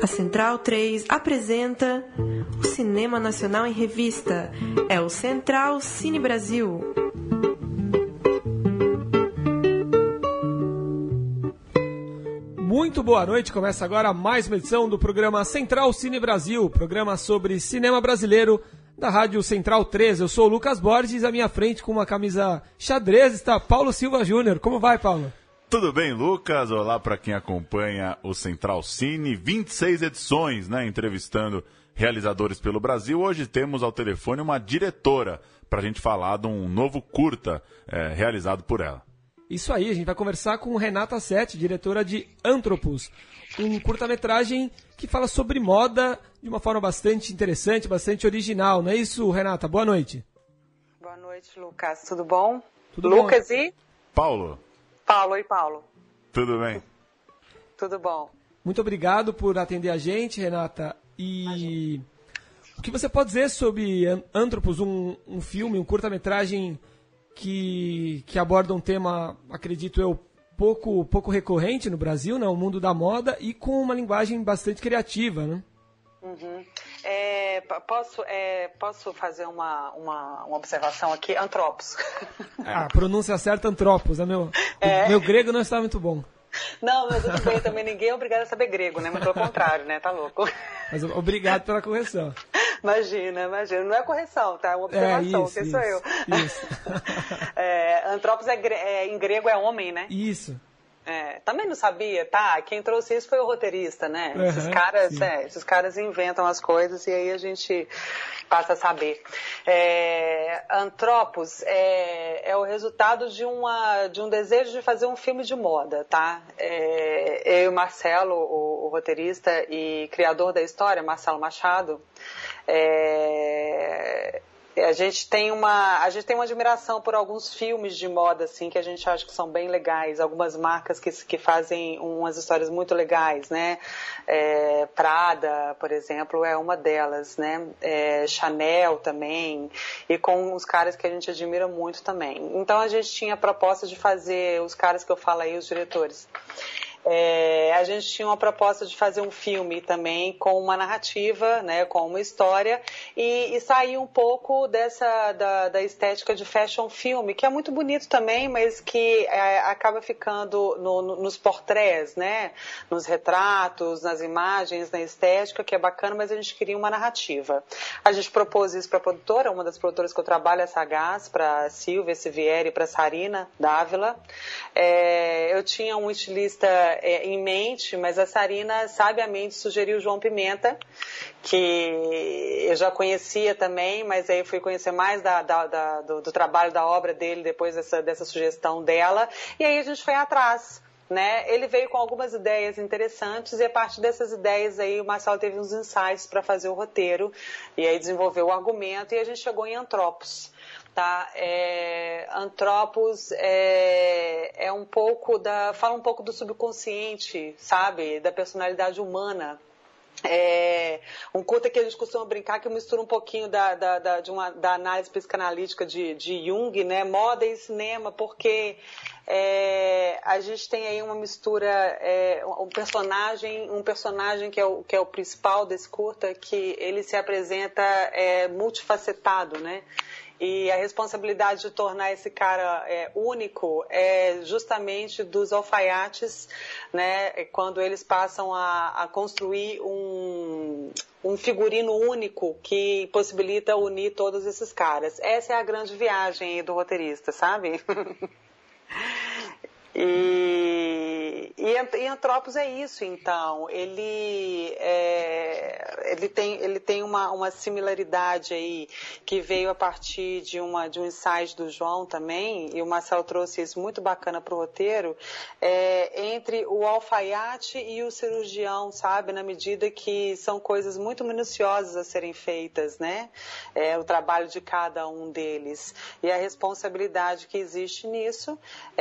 A Central 3 apresenta o Cinema Nacional em Revista. É o Central Cine Brasil. Muito boa noite, começa agora mais uma edição do programa Central Cine Brasil, programa sobre cinema brasileiro da Rádio Central 3. Eu sou o Lucas Borges, à minha frente com uma camisa xadrez está Paulo Silva Júnior. Como vai, Paulo? Tudo bem, Lucas? Olá para quem acompanha o Central Cine, 26 edições, entrevistando realizadores pelo Brasil. Hoje temos ao telefone uma diretora para a gente falar de um novo curta realizado por ela. Isso aí, a gente vai conversar com Renata Sete, diretora de Antropos, um curta-metragem que fala sobre moda de uma forma bastante interessante, bastante original. Não é isso, Renata? Boa noite. Boa noite, Lucas. Tudo bom? Tudo Lucas bom. E? Paulo. Paulo. Oi, Paulo. Tudo bem? Tudo bom. Muito obrigado por atender a gente, Renata. E o que você pode dizer sobre Antropos, um filme, um curta-metragem que aborda um tema, acredito eu, pouco recorrente no Brasil, né? O mundo da moda, e com uma linguagem bastante criativa, né? Uhum. Posso fazer uma observação aqui? Antropos. A pronúncia certa, Antropos. Meu grego não está muito bom. Não, mas tudo bem também. Ninguém é obrigado a saber grego, né? Mas pelo contrário, né? Tá louco. Mas obrigado pela correção. Imagina. Não é correção, tá? É uma observação. Quem sou eu? Isso. Antropos em grego é homem, né? Isso. Também não sabia, tá? Quem trouxe isso foi o roteirista, né? Uhum, esses caras inventam as coisas e aí a gente passa a saber. Antropos é o resultado de um desejo de fazer um filme de moda, tá? Eu e o Marcelo, o roteirista e criador da história, Marcelo Machado, a gente tem uma admiração por alguns filmes de moda, assim, que a gente acha que são bem legais, algumas marcas que fazem umas histórias muito legais, né? Prada, por exemplo, é uma delas, né? Chanel também, e com os caras que a gente admira muito também. Então a gente tinha a proposta de fazer, os caras que eu falo aí, os diretores, a gente tinha uma proposta de fazer um filme também com uma narrativa, né, com uma história e sair um pouco da estética de fashion filme, que é muito bonito também, mas que acaba ficando nos portrés, né, nos retratos, nas imagens, na estética, que é bacana, mas a gente queria uma narrativa. A gente propôs isso para a produtora, uma das produtoras que eu trabalho, a Sagaz, para a Silvia Sivieri e para a Sarina Dávila. Eu tinha um estilista em mente, mas a Sarina sabiamente sugeriu o João Pimenta, que eu já conhecia também, mas aí fui conhecer mais do trabalho, da obra dele, depois dessa sugestão dela, e aí a gente foi atrás, né? Ele veio com algumas ideias interessantes e a partir dessas ideias aí o Marcelo teve uns insights para fazer o roteiro e aí desenvolveu o argumento e a gente chegou em Antropos. Tá? Antropos fala um pouco do subconsciente, sabe? Da personalidade humana. Um curta que a gente costuma brincar que mistura um pouquinho da análise psicanalítica de Jung, né? Moda e cinema, porque a gente tem aí uma mistura, um personagem que é o principal desse curta, que ele se apresenta multifacetado, né? E a responsabilidade de tornar esse cara único é justamente dos alfaiates, né, quando eles passam a construir um figurino único que possibilita unir todos esses caras. Essa é a grande viagem aí do roteirista, sabe? E Antropos é isso, então. Ele tem uma similaridade aí que veio a partir de um insight do João também, e o Marcelo trouxe isso muito bacana para o roteiro, entre o alfaiate e o cirurgião, sabe? Na medida que são coisas muito minuciosas a serem feitas, né? O trabalho de cada um deles. E a responsabilidade que existe nisso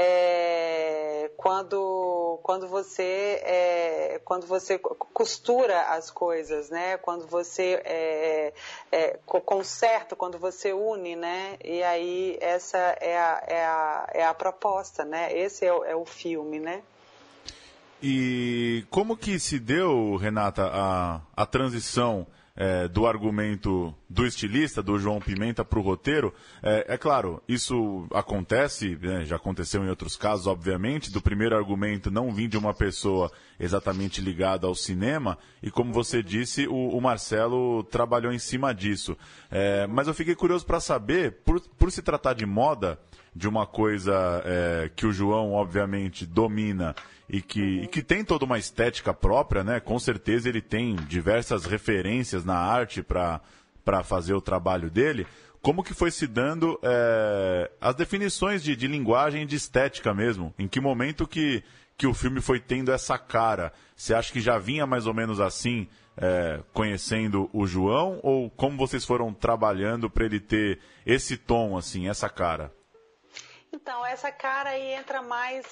quando você costura as coisas, né? Quando você conserta, quando você une, né? E aí essa é a proposta, né? Esse é o filme, né? E como que se deu, Renata, a transição do argumento do estilista, do João Pimenta, para o roteiro? É claro, isso acontece, né, já aconteceu em outros casos, obviamente, do primeiro argumento não vir de uma pessoa exatamente ligada ao cinema, e como você disse, o Marcelo trabalhou em cima disso. Mas eu fiquei curioso para saber, por se tratar de moda, de uma coisa que o João, obviamente, domina e que tem toda uma estética própria, né? Com certeza ele tem diversas referências na arte para fazer o trabalho dele. Como que foi se dando as definições de linguagem e de estética mesmo? Em que momento que o filme foi tendo essa cara? Você acha que já vinha mais ou menos assim, conhecendo o João? Ou como vocês foram trabalhando para ele ter esse tom, assim, essa cara? Então, essa cara aí entra mais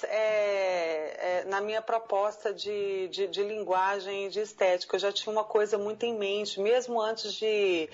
na minha proposta de linguagem e de estética. Eu já tinha uma coisa muito em mente, mesmo antes de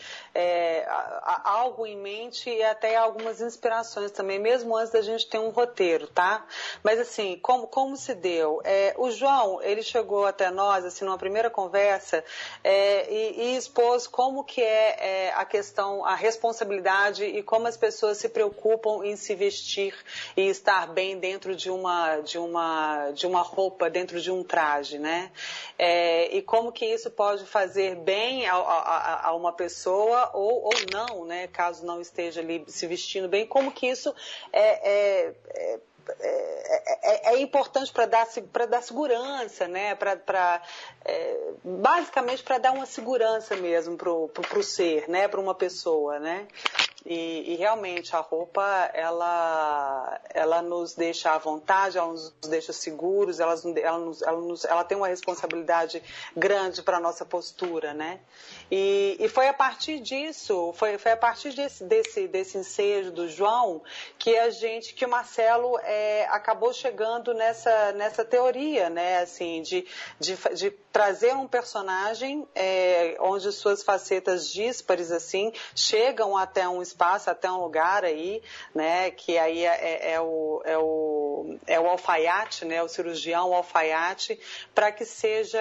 algo em mente e até algumas inspirações também, mesmo antes da gente ter um roteiro, tá? Mas assim, como se deu? O João, ele chegou até nós, assim, numa primeira conversa, e expôs como que a questão, a responsabilidade e como as pessoas se preocupam em se vestir e estar bem dentro de uma roupa, dentro de um traje, né? E como que isso pode fazer bem a uma pessoa ou não, né? Caso não esteja ali se vestindo bem, como que isso é importante para dar segurança, né? Basicamente para dar uma segurança mesmo para o ser, né? Para uma pessoa, né? E realmente a roupa ela nos deixa à vontade, ela nos deixa seguros, ela tem uma responsabilidade grande para a nossa postura, né? E foi a partir disso, foi a partir desse ensejo do João que o Marcelo acabou chegando nessa teoria, né? Assim, de trazer um personagem onde suas facetas díspares assim chegam até um espaço, até um lugar aí, né? Que aí é o alfaiate, né? O cirurgião, o alfaiate, para que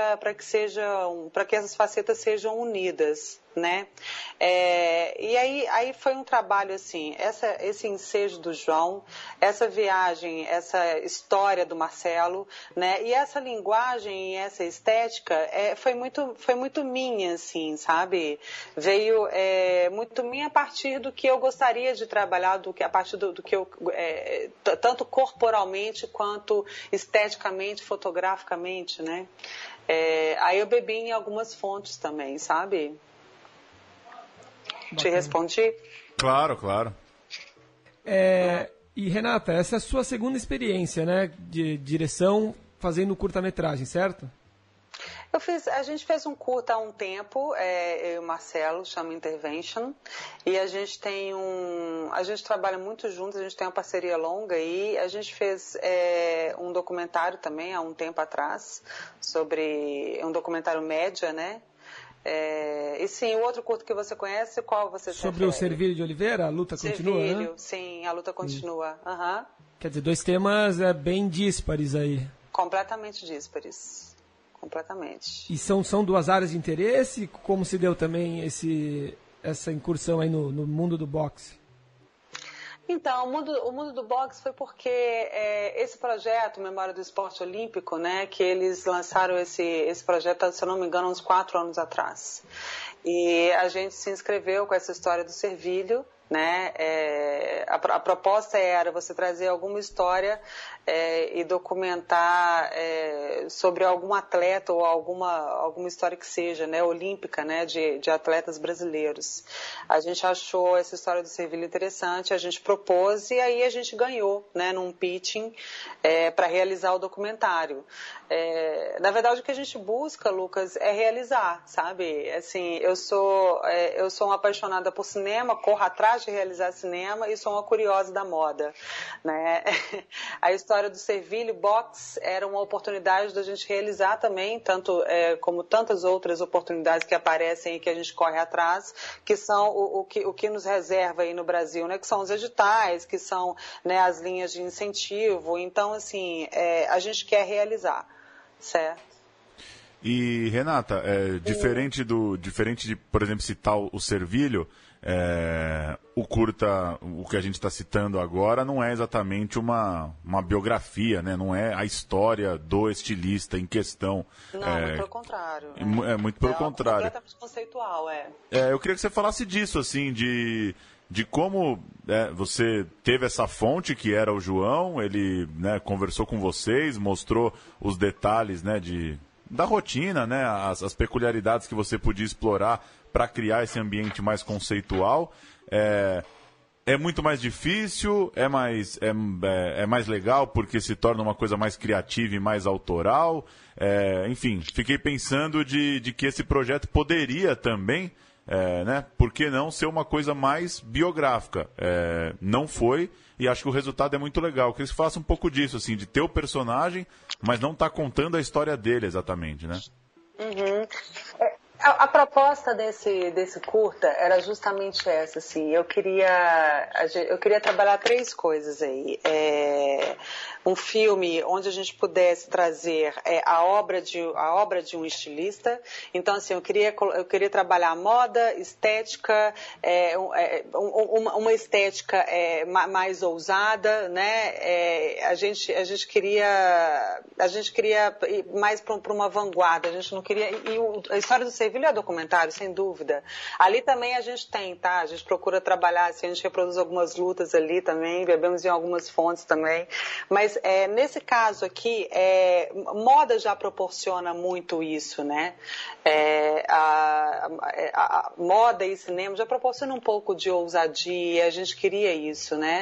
essas facetas sejam unidas, né? E aí foi um trabalho assim, esse ensejo do João, essa viagem, essa história do Marcelo, né? E essa linguagem e essa estética foi muito minha, assim, sabe? Veio muito minha a partir do que eu gostaria de trabalhar, a partir do que eu tanto corporalmente quanto esteticamente, fotograficamente, né? Aí eu bebi em algumas fontes também, sabe? Te respondi? Claro, claro. E Renata, essa é a sua segunda experiência, né, de direção fazendo curta-metragem, certo? A gente fez um curta há um tempo, eu e o Marcelo, chama Intervention, e a gente trabalha muito juntos, a gente tem uma parceria longa e a gente fez um documentário também há um tempo atrás, sobre um documentário média, né? E sim, o outro curto que você conhece, qual você Sobre o Servilho de Oliveira, a luta continua, né? Sim, a luta continua. Uhum. Quer dizer, dois temas bem díspares aí. Completamente díspares. Completamente. E são duas áreas de interesse? Como se deu também essa incursão aí no mundo do boxe? Então, o mundo do boxe foi porque esse projeto, Memória do Esporte Olímpico, né, que eles lançaram esse projeto, se eu não me engano, uns 4 anos atrás. E a gente se inscreveu com essa história do Servilho, né? A proposta era você trazer alguma história e documentar sobre algum atleta ou alguma história que seja, né, olímpica, né, de atletas brasileiros. A gente achou essa história do Servilho interessante, a gente propôs e aí a gente ganhou, né, num pitching para realizar o documentário. Na verdade, o que a gente busca, Lucas, é realizar, sabe? Assim, eu sou uma apaixonada por cinema, corro atrás de realizar cinema e sou uma curiosa da moda, né? A história do Servilho Box era uma oportunidade da gente realizar também, tanto como tantas outras oportunidades que aparecem e que a gente corre atrás, que são o que nos reserva aí no Brasil, né? Que são os editais, que são, né, as linhas de incentivo. Então, assim, a gente quer realizar. Certo. E, Renata, diferente de, por exemplo, citar o Servilho, o curta, o que a gente está citando agora, não é exatamente uma biografia, né? Não é a história do estilista em questão. Não, muito pelo contrário. É muito pelo contrário. É completamente conceitual, eu queria que você falasse disso, assim, de como você teve essa fonte, que era o João, ele, né, conversou com vocês, mostrou os detalhes, né, da rotina, né, as peculiaridades que você podia explorar para criar esse ambiente mais conceitual. É muito mais difícil, é mais legal porque se torna uma coisa mais criativa e mais autoral. Enfim, fiquei pensando de que esse projeto poderia também, né, por que não ser uma coisa mais biográfica? Não foi, e acho que o resultado é muito legal. Que eles façam um pouco disso, assim, de ter o personagem, mas não tá contando a história dele exatamente, né? Uhum. A proposta desse curta era justamente essa, assim. Eu queria trabalhar 3 coisas aí. Um filme onde a gente pudesse trazer a obra de um estilista. Então, assim, eu queria trabalhar moda, estética, uma estética mais ousada, né? A gente queria ir mais para uma vanguarda. A gente não queria. A história do Servilho é documentário, sem dúvida. Ali também a gente tem, tá? A gente procura trabalhar, assim, a gente reproduz algumas lutas ali também, bebemos em algumas fontes também. Mas nesse caso aqui, moda já proporciona muito isso, né? A moda e cinema já proporciona um pouco de ousadia, a gente queria isso, né?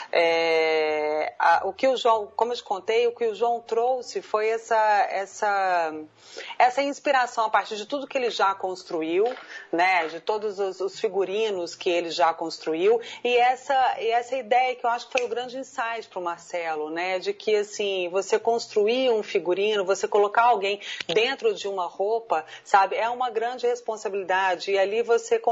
O que o João, como eu te contei, o que o João trouxe foi essa inspiração a partir de tudo que ele já construiu, né? De todos os figurinos que ele já construiu, e essa ideia que eu acho que foi o grande insight para o Marcelo, né? De que, assim, você construir um figurino, você colocar alguém dentro de uma roupa, sabe, é uma grande responsabilidade, e ali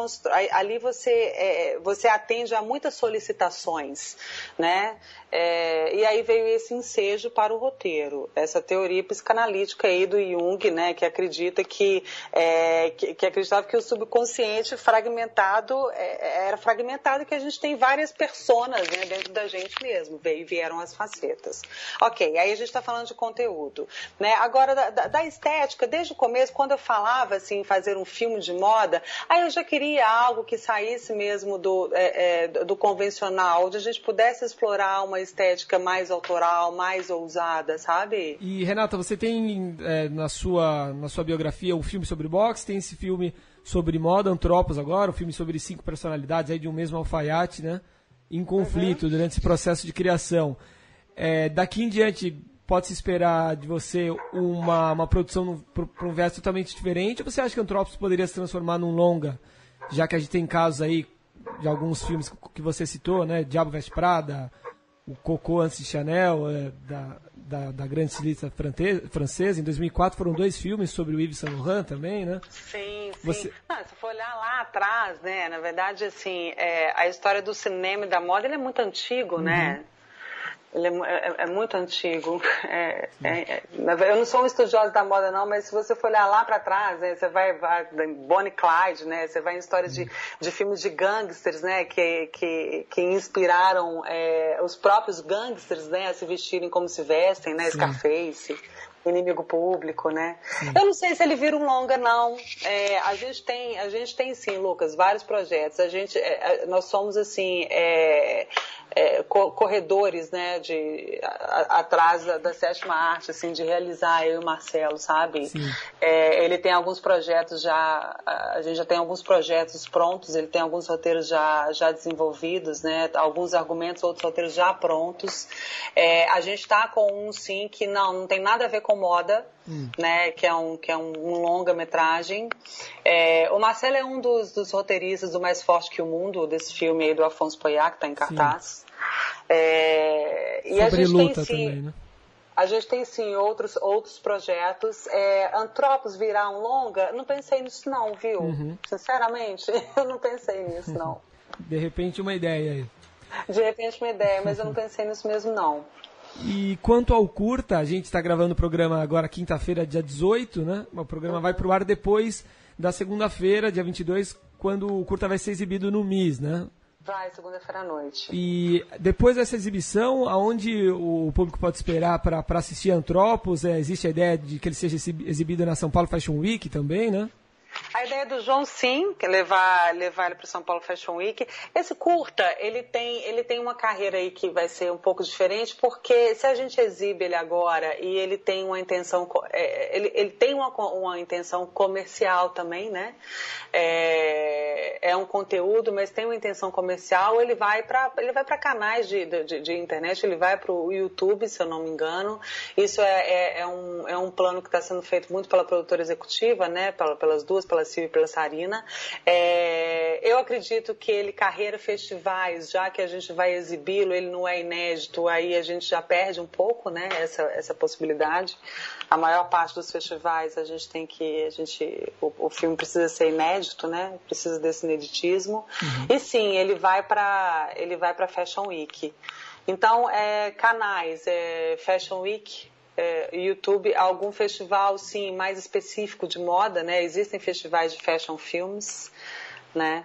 você atende a muitas solicitações, né? E aí veio esse ensejo para o roteiro, essa teoria psicanalítica aí do Jung, né, que acredita que acreditava que o subconsciente fragmentado era fragmentado, e que a gente tem várias personas, né, dentro da gente mesmo, vieram as facetas. Ok, aí a gente está falando de conteúdo, né? Agora, da estética, desde o começo, quando eu falava assim, fazer um filme de moda, aí eu já queria algo que saísse mesmo do convencional, onde a gente pudesse explorar uma estética mais autoral, mais ousada, sabe? E, Renata, você tem na sua biografia um filme sobre boxe, tem esse filme sobre moda, Antropos agora, um filme sobre 5 personalidades aí de um mesmo alfaiate, né? Em conflito durante esse processo de criação. Daqui em diante, pode-se esperar de você uma produção para um verso totalmente diferente, ou você acha que Antropos poderia se transformar num longa, já que a gente tem casos aí de alguns filmes que você citou, né? Diabo Veste Prada, o Cocô Antes de Chanel, da grande estilista francesa. Em 2004 foram 2 filmes sobre o Yves Saint Laurent também, né? Sim. Se for olhar lá atrás, né? Na verdade, assim, a história do cinema e da moda, ele é muito antigo, né? Ele é muito antigo. Eu não sou um estudioso da moda, não, mas se você for olhar lá para trás, né, você vai Bonnie e Clyde, né, você vai em histórias de filmes de gangsters, né, que inspiraram os próprios gangsters, né, a se vestirem como se vestem, né, Scarface, Inimigo Público, né? Eu não sei se ele vira um longa, não. A gente tem sim, Lucas, vários projetos. Nós somos assim corredores, né, atrás da 7ª arte, assim, de realizar, eu e o Marcelo, sabe? Ele tem alguns projetos a gente já tem alguns projetos prontos, ele tem alguns roteiros já desenvolvidos, né? Alguns argumentos, outros roteiros já prontos. A gente está com um, sim, que não tem nada a ver com moda, né? Que é um longa-metragem. O Marcelo é um dos roteiristas do Mais Forte que o Mundo, desse filme aí do Afonso Poyat, que está em cartaz. E a gente luta tem, sim, também, né? A gente tem sim outros projetos. Antropos virar um longa? Não pensei nisso não, viu? Sinceramente, eu não pensei nisso não. De repente uma ideia aí. De repente uma ideia, mas eu não pensei nisso mesmo não. E quanto ao curta, a gente está gravando o programa agora quinta-feira, dia 18, né? O programa vai pro ar depois da segunda-feira, dia 22, quando o curta vai ser exibido no MIS, né? Vai, segunda-feira à noite. E depois dessa exibição, aonde o público pode esperar para assistir Antropos? Existe a ideia de que ele seja exibido na São Paulo Fashion Week também, né? A ideia do João, sim, que é levar ele para o São Paulo Fashion Week. Esse curta, ele tem uma carreira aí que vai ser um pouco diferente, porque se a gente exibe ele agora e ele tem uma intenção, ele tem uma intenção comercial também, né? É um conteúdo, mas tem uma intenção comercial. Ele vai para canais de internet, ele vai para o YouTube, se eu não me engano. Isso é um plano que está sendo feito muito pela produtora executiva, né? Pelas duas, pela Silvia e pela Sarina. Eu acredito que ele carreira festivais, já que a gente vai exibi-lo, ele não é inédito, aí a gente já perde um pouco, né, essa possibilidade. A maior parte dos festivais o filme precisa ser inédito, né, precisa desse ineditismo. E sim, ele vai para Fashion Week. Então, canais, Fashion Week, YouTube, algum festival, sim, mais específico de moda, né? Existem festivais de fashion films, né?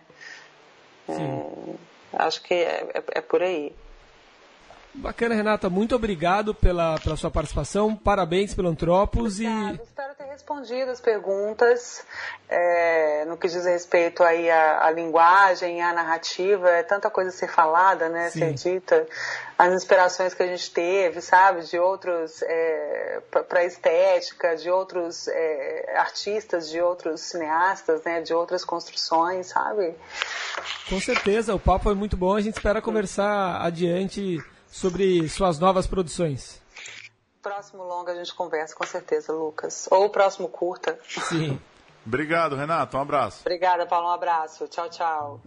Acho que é por aí. Bacana, Renata. Muito obrigado pela sua participação. Parabéns pelo Antropos. Espero ter respondido as perguntas no que diz respeito aí à linguagem, à narrativa. É tanta coisa a ser falada, né? Ser dita. As inspirações que a gente teve, sabe? De outros, para estética, de outros artistas, de outros cineastas, né? De outras construções, sabe? Com certeza. O papo é muito bom. A gente espera conversar adiante sobre suas novas produções. Próximo longa a gente conversa, com certeza, Lucas. Ou o próximo curta. Sim. Obrigado, Renato. Um abraço. Obrigada, Paulo. Um abraço. Tchau, tchau.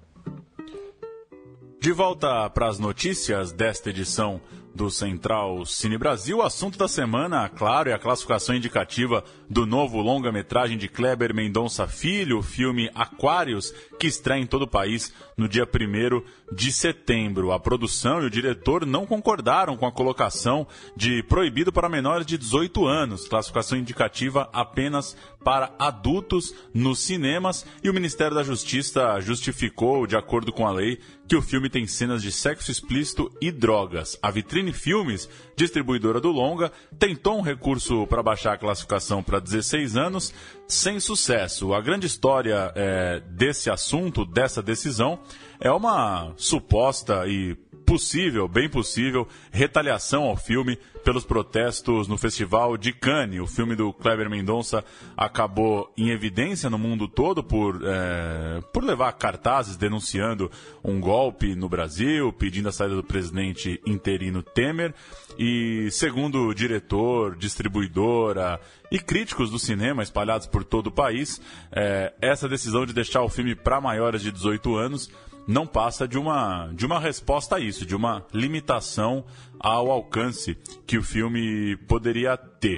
De volta para as notícias desta edição do Central Cine Brasil, o assunto da semana, claro, é a classificação indicativa do novo longa-metragem de Kleber Mendonça Filho, o filme Aquários, que estreia em todo o país no dia 1º de setembro. A produção e o diretor não concordaram com a colocação de proibido para menores de 18 anos, classificação indicativa apenas para adultos nos cinemas, e o Ministério da Justiça justificou, de acordo com a lei, que o filme tem cenas de sexo explícito e drogas. A Vitrine Filmes, distribuidora do longa, tentou um recurso para baixar a classificação para 16 anos, sem sucesso. A grande história desse assunto, dessa decisão, é uma suposta e possível, bem possível, retaliação ao filme pelos protestos no Festival de Cannes. O filme do Kleber Mendonça acabou em evidência no mundo todo por levar cartazes denunciando um golpe no Brasil, pedindo a saída do presidente interino Temer. E, segundo o diretor, distribuidora e críticos do cinema espalhados por todo o país, essa decisão de deixar o filme para maiores de 18 anos não passa de uma resposta a isso, de uma limitação ao alcance que o filme poderia ter.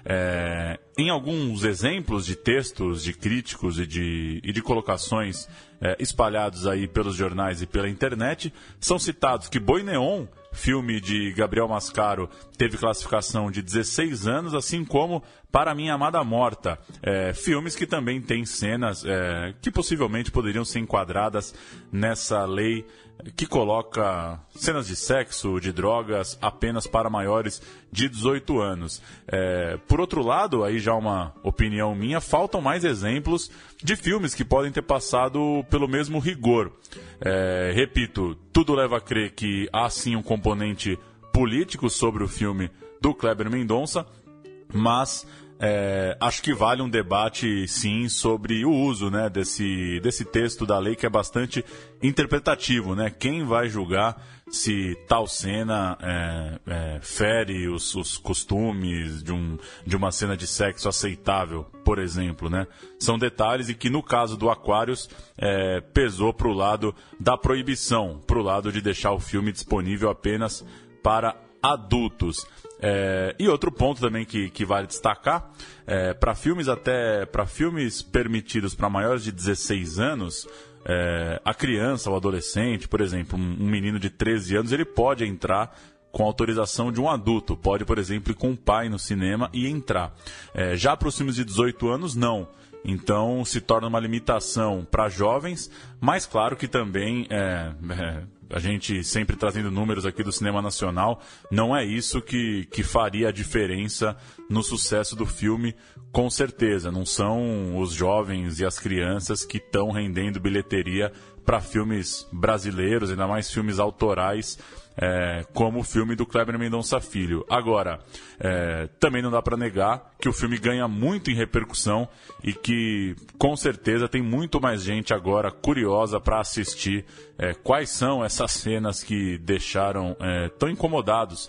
Em alguns exemplos de textos de críticos e de colocações espalhados aí pelos jornais e pela internet, são citados que Boi Neon, filme de Gabriel Mascaro, teve classificação de 16 anos, assim como Para Minha Amada Morta, filmes que também têm cenas que possivelmente poderiam ser enquadradas nessa lei que coloca cenas de sexo, de drogas, apenas para maiores de 18 anos. Por outro lado, aí já uma opinião minha, faltam mais exemplos de filmes que podem ter passado pelo mesmo rigor. Repito, tudo leva a crer que há sim um componente político sobre o filme do Kleber Mendonça, mas acho que vale um debate, sim, sobre o uso, né, desse texto da lei, que é bastante interpretativo, né? Quem vai julgar se tal cena fere os costumes de uma cena de sexo aceitável, por exemplo, né? São detalhes e que, no caso do Aquários, pesou para o lado da proibição, para o lado de deixar o filme disponível apenas para adultos. E outro ponto também que vale destacar, para filmes permitidos para maiores de 16 anos, a criança, o adolescente, por exemplo, um menino de 13 anos, ele pode entrar com autorização de um adulto. Pode, por exemplo, ir com o pai no cinema e entrar. Já para os filmes de 18 anos, não. Então, se torna uma limitação para jovens, mas claro que também, a gente sempre trazendo números aqui do cinema nacional, não é isso que faria a diferença no sucesso do filme, com certeza. Não são os jovens e as crianças que estão rendendo bilheteria para filmes brasileiros, ainda mais filmes autorais, como o filme do Kleber Mendonça Filho. Agora, também não dá para negar que o filme ganha muito em repercussão e que, com certeza, tem muito mais gente agora curiosa para assistir quais são essas cenas que deixaram tão incomodados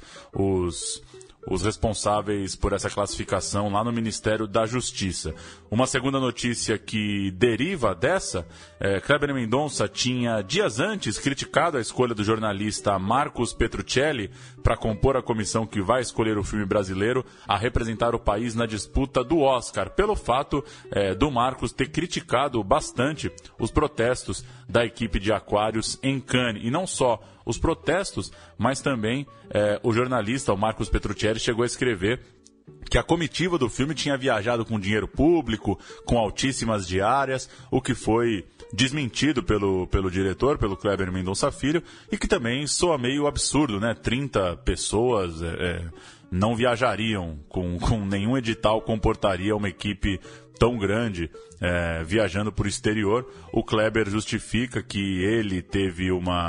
os responsáveis por essa classificação lá no Ministério da Justiça. Uma segunda notícia que deriva dessa, Kleber Mendonça tinha dias antes criticado a escolha do jornalista Marcos Petruccelli para compor a comissão que vai escolher o filme brasileiro a representar o país na disputa do Oscar, pelo fato do Marcos ter criticado bastante os protestos da equipe de Aquários em Cannes. E não só os protestos, mas também o jornalista, o Marcos Petruccelli, chegou a escrever que a comitiva do filme tinha viajado com dinheiro público, com altíssimas diárias, o que foi desmentido pelo diretor, pelo Kleber Mendonça Filho, e que também soa meio absurdo, né? 30 pessoas não viajariam, com nenhum edital comportaria uma equipe tão grande viajando por exterior. O Kleber justifica que ele teve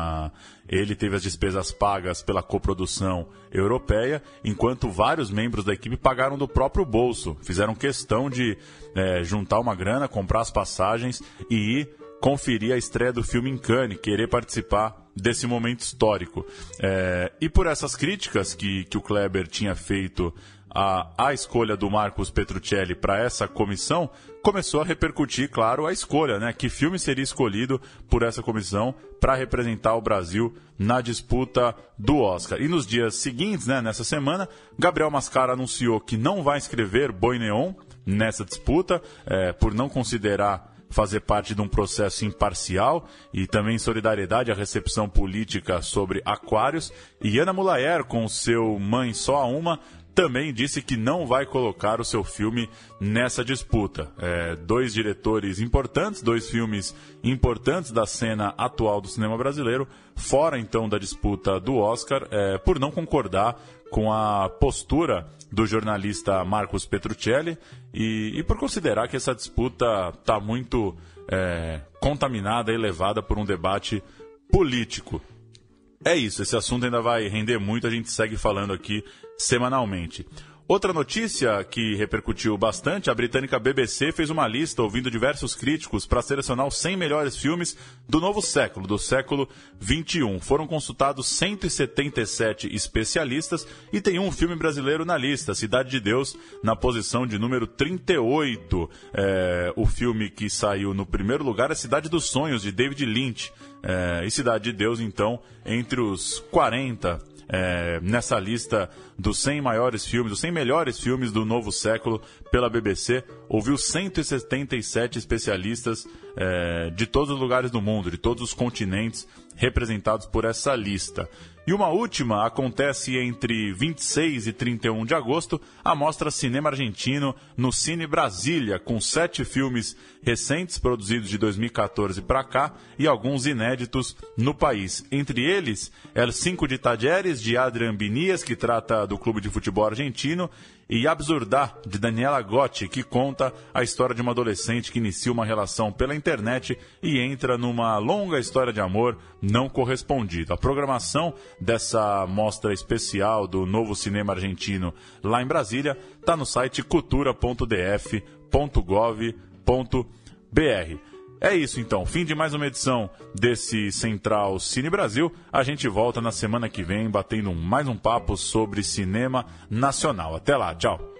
as despesas pagas pela coprodução europeia, enquanto vários membros da equipe pagaram do próprio bolso. Fizeram questão de juntar uma grana, comprar as passagens e ir conferir a estreia do filme em Cannes, querer participar desse momento histórico. E por essas críticas que o Kleber tinha feito à escolha do Marcos Petruccelli para essa comissão, começou a repercutir, claro, a escolha, né? Que filme seria escolhido por essa comissão para representar o Brasil na disputa do Oscar. E nos dias seguintes, né, nessa semana, Gabriel Mascaro anunciou que não vai escrever Boi Neon nessa disputa, por não considerar fazer parte de um processo imparcial, e também solidariedade à recepção política sobre Aquários. E Ana Mulaer, com seu Mãe Só a Uma, também disse que não vai colocar o seu filme nessa disputa. Dois diretores importantes, dois filmes importantes da cena atual do cinema brasileiro, fora então da disputa do Oscar, por não concordar com a postura do jornalista Marcos Petruccelli e por considerar que essa disputa está muito contaminada e levada por um debate político. É isso, esse assunto ainda vai render muito, a gente segue falando aqui semanalmente. Outra notícia que repercutiu bastante, a britânica BBC fez uma lista ouvindo diversos críticos para selecionar os 100 melhores filmes do novo século, do século XXI. Foram consultados 177 especialistas e tem um filme brasileiro na lista, Cidade de Deus, na posição de número 38. O filme que saiu no primeiro lugar é Cidade dos Sonhos, de David Lynch. E Cidade de Deus, então, entre os 40... nessa lista dos 100 maiores filmes, dos 100 melhores filmes do novo século pela BBC, ouviu 177 especialistas de todos os lugares do mundo, de todos os continentes representados por essa lista. E uma última acontece entre 26 e 31 de agosto, a Mostra Cinema Argentino no Cine Brasília, com 7 filmes recentes, produzidos de 2014 para cá, e alguns inéditos no país. Entre eles, El Cinco de Talleres, de Adrian Binias, que trata do clube de futebol argentino, e Absurdá, de Daniela Gotti, que conta a história de uma adolescente que inicia uma relação pela internet e entra numa longa história de amor não correspondida. A programação dessa mostra especial do novo cinema argentino lá em Brasília está no site cultura.df.gov.br. É isso então, fim de mais uma edição desse Central Cine Brasil. A gente volta na semana que vem batendo mais um papo sobre cinema nacional. Até lá, tchau!